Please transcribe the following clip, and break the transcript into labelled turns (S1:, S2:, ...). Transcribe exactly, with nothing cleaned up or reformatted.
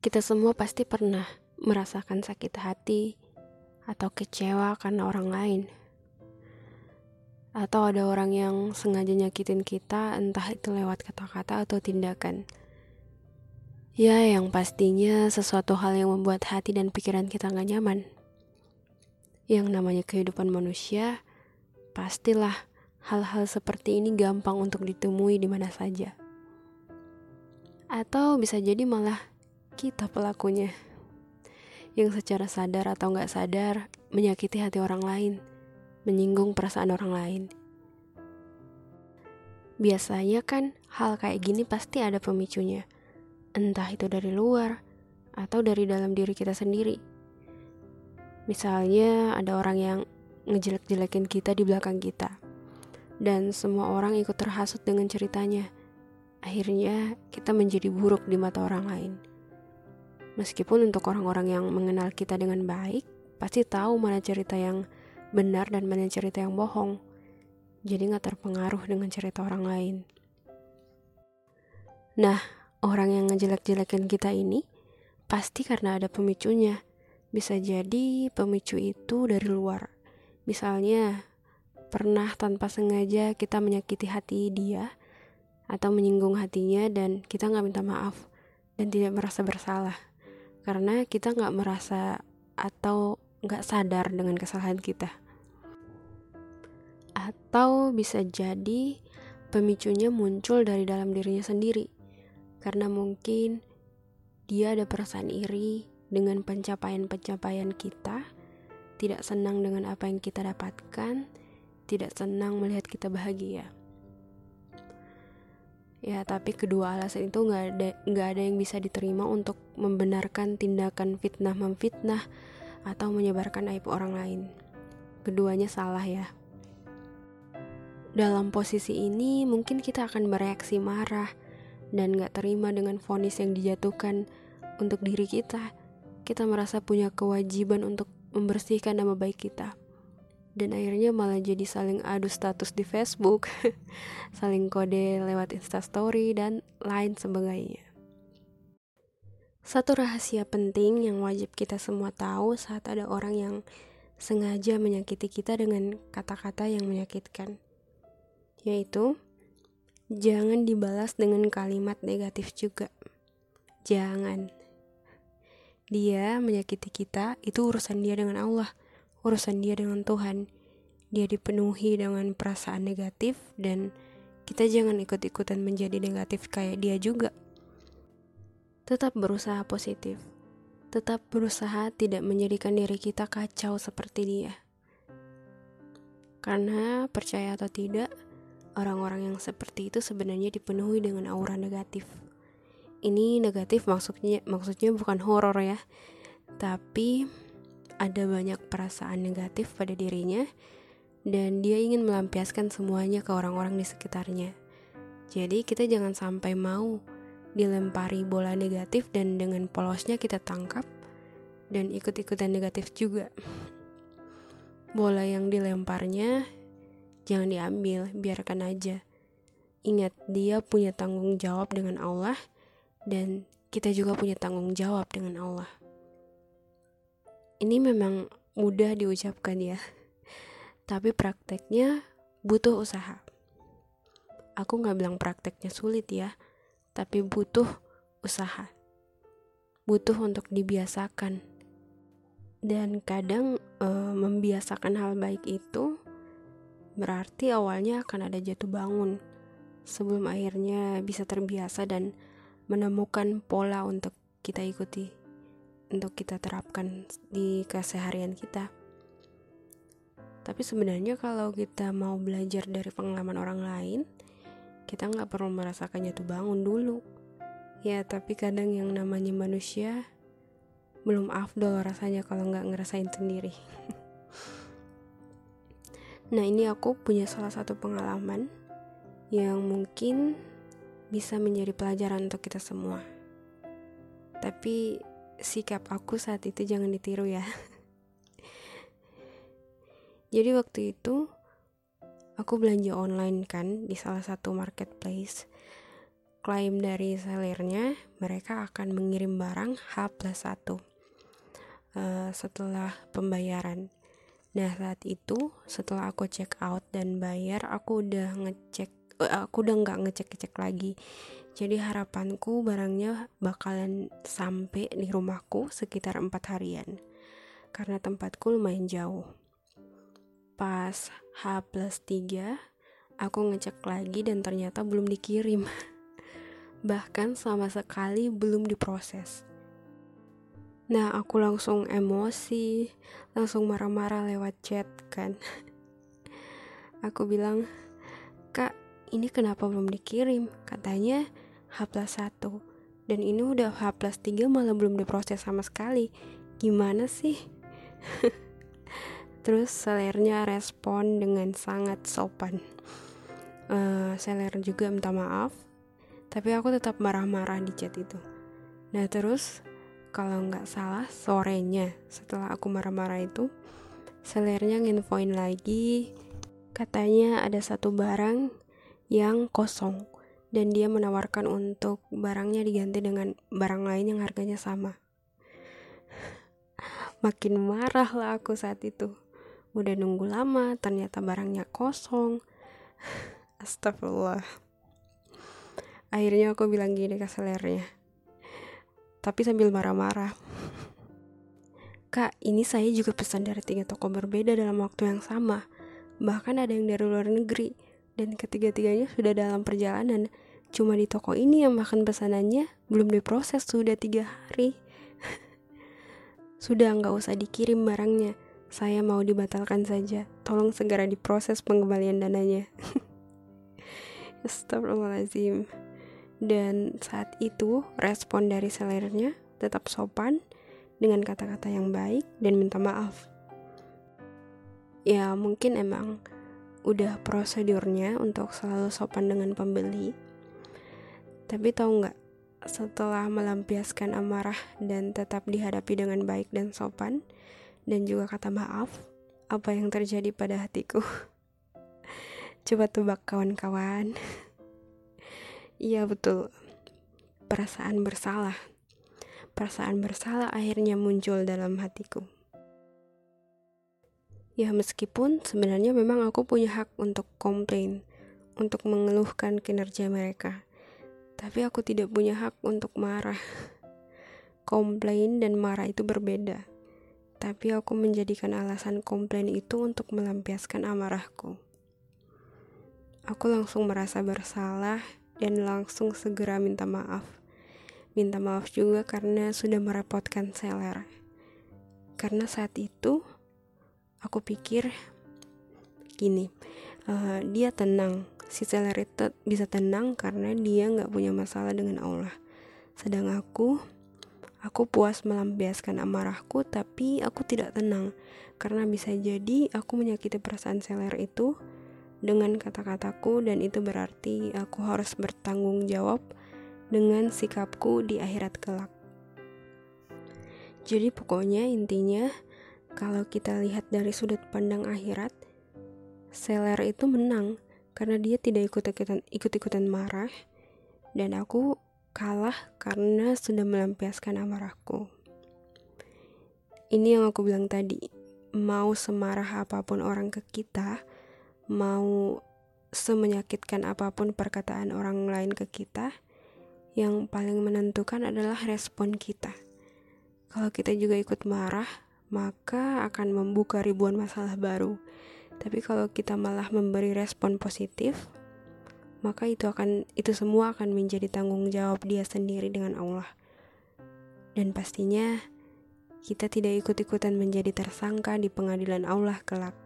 S1: Kita semua pasti pernah merasakan sakit hati atau kecewa karena orang lain. Atau ada orang yang sengaja nyakitin kita, entah itu lewat kata-kata atau tindakan. Ya, yang pastinya sesuatu hal yang membuat hati dan pikiran kita gak nyaman. Yang namanya kehidupan manusia, pastilah hal-hal seperti ini gampang untuk ditemui di mana saja. Atau bisa jadi malah kita pelakunya, yang secara sadar atau gak sadar menyakiti hati orang lain, menyinggung perasaan orang lain. Biasanya kan hal kayak gini pasti ada pemicunya, entah itu dari luar atau dari dalam diri kita sendiri. Misalnya ada orang yang ngejelek-jelekin kita di belakang kita, dan semua orang ikut terhasut dengan ceritanya. Akhirnya kita menjadi buruk di mata orang lain. Meskipun untuk orang-orang yang mengenal kita dengan baik, pasti tahu mana cerita yang benar dan mana cerita yang bohong. Jadi gak terpengaruh dengan cerita orang lain. Nah, orang yang ngejelek-jelekin kita ini pasti karena ada pemicunya. Bisa jadi pemicu itu dari luar. Misalnya, pernah tanpa sengaja kita menyakiti hati dia atau menyinggung hatinya dan kita gak minta maaf dan tidak merasa bersalah. Karena kita gak merasa atau gak sadar dengan kesalahan kita. Atau bisa jadi pemicunya muncul dari dalam dirinya sendiri. Karena mungkin dia ada perasaan iri dengan pencapaian-pencapaian kita, tidak senang dengan apa yang kita dapatkan, tidak senang melihat kita bahagia. Ya, tapi kedua alasan itu gak ada, gak ada yang bisa diterima untuk membenarkan tindakan fitnah-memfitnah atau menyebarkan aib orang lain. Keduanya salah ya. Dalam posisi ini mungkin kita akan bereaksi marah dan gak terima dengan vonis yang dijatuhkan untuk diri kita. Kita merasa punya kewajiban untuk membersihkan nama baik kita. Dan akhirnya malah jadi saling adu status di Facebook, saling kode lewat Instastory, dan lain sebagainya. Satu rahasia penting yang wajib kita semua tahu saat ada orang yang sengaja menyakiti kita dengan kata-kata yang menyakitkan, yaitu jangan dibalas dengan kalimat negatif juga. Jangan. Dia menyakiti kita, itu urusan dia dengan Allah, urusan dia dengan Tuhan. Dia dipenuhi dengan perasaan negatif dan kita jangan ikut-ikutan menjadi negatif kayak dia juga. Tetap berusaha positif. Tetap berusaha tidak menjadikan diri kita kacau seperti dia. Karena percaya atau tidak, orang-orang yang seperti itu sebenarnya dipenuhi dengan aura negatif. Ini negatif maksudnya maksudnya bukan horor ya, tapi ada banyak perasaan negatif pada dirinya dan dia ingin melampiaskan semuanya ke orang-orang di sekitarnya. Jadi kita jangan sampai mau dilempari bola negatif dan dengan polosnya kita tangkap dan ikut-ikutan negatif juga. Bola yang dilemparnya jangan diambil, biarkan aja. Ingat, dia punya tanggung jawab dengan Allah dan kita juga punya tanggung jawab dengan Allah. Ini memang mudah diucapkan ya, tapi prakteknya butuh usaha. Aku gak bilang prakteknya sulit ya, tapi butuh usaha. Butuh untuk dibiasakan. Dan kadang e, membiasakan hal baik itu berarti awalnya akan ada jatuh bangun sebelum akhirnya bisa terbiasa dan menemukan pola untuk kita ikuti, untuk kita terapkan di keseharian kita. Tapi sebenarnya kalau kita mau belajar dari pengalaman orang lain, kita gak perlu merasakan jatuh bangun dulu. Ya, tapi kadang yang namanya manusia belum afdol rasanya kalau gak ngerasain sendiri. Nah, ini aku punya salah satu pengalaman yang mungkin bisa menjadi pelajaran untuk kita semua. Tapi sikap aku saat itu jangan ditiru ya. Jadi waktu itu aku belanja online kan di salah satu marketplace. klaim dari sellernya, mereka akan mengirim barang H plus satu uh, setelah pembayaran. Nah saat itu setelah aku check out dan bayar, aku udah ngecek, uh, aku udah nggak ngecek-ngecek lagi. Jadi harapanku barangnya bakalan sampai di rumahku sekitar empat harian, karena tempatku lumayan jauh. Pas H plus tiga, aku ngecek lagi dan ternyata belum dikirim. Bahkan sama sekali belum diproses. Nah, aku langsung emosi, langsung marah-marah lewat chat kan. Aku bilang, "Kak, ini kenapa belum dikirim? Katanya H plus satu, dan ini udah H plus tiga malah belum diproses sama sekali. Gimana sih?" Terus sellernya respon dengan sangat sopan. Uh, seller juga minta maaf, tapi aku tetap marah-marah di chat itu. Nah terus kalau nggak salah sorenya setelah aku marah-marah itu, sellernya nginfoin lagi, katanya ada satu barang yang kosong dan dia menawarkan untuk barangnya diganti dengan barang lain yang harganya sama. Makin marah lah aku saat itu. Udah nunggu lama, ternyata barangnya kosong. Astagfirullah. Akhirnya aku bilang gini ke sellernya, tapi sambil marah-marah, "Kak, ini saya juga pesan dari tiga toko berbeda dalam waktu yang sama. Bahkan ada yang dari luar negeri. Dan ketiga-tiganya sudah dalam perjalanan. Cuma di toko ini yang makan pesanannya belum diproses sudah tiga hari. Sudah gak usah dikirim barangnya. Saya mau dibatalkan saja. Tolong segera diproses pengembalian dananya." Astagfirullahaladzim. Dan saat itu respon dari sellernya tetap sopan dengan kata-kata yang baik dan minta maaf. Ya mungkin emang udah prosedurnya untuk selalu sopan dengan pembeli. Tapi tahu gak, setelah melampiaskan amarah dan tetap dihadapi dengan baik dan sopan dan juga kata maaf, apa yang terjadi pada hatiku? Coba tebak kawan-kawan. Iya betul, perasaan bersalah. Perasaan bersalah akhirnya muncul dalam hatiku. Ya meskipun sebenarnya memang aku punya hak untuk komplain, untuk mengeluhkan kinerja mereka, tapi aku tidak punya hak untuk marah. Komplain dan marah itu berbeda, tapi aku menjadikan alasan komplain itu untuk melampiaskan amarahku. Aku langsung merasa bersalah dan langsung segera minta maaf. Minta maaf juga karena sudah merepotkan seller. Karena saat itu aku pikir gini, uh, dia tenang, si seller itu bisa tenang karena dia gak punya masalah dengan Allah. Sedang aku, aku puas melampiaskan amarahku, tapi aku tidak tenang karena bisa jadi aku menyakiti perasaan seller itu dengan kata-kataku, dan itu berarti aku harus bertanggung jawab dengan sikapku di akhirat kelak. Jadi pokoknya intinya, kalau kita lihat dari sudut pandang akhirat, seller itu menang karena dia tidak ikut-ikutan, ikut-ikutan marah, dan aku kalah karena sudah melampiaskan amarahku. Ini yang aku bilang tadi, mau semarah apapun orang ke kita, mau semenyakitkan apapun perkataan orang lain ke kita, yang paling menentukan adalah respon kita. Kalau kita juga ikut marah, maka akan membuka ribuan masalah baru. Tapi kalau kita malah memberi respon positif, maka itu akan itu semua akan menjadi tanggung jawab dia sendiri dengan Allah. Dan pastinya kita tidak ikut-ikutan menjadi tersangka di pengadilan Allah kelak.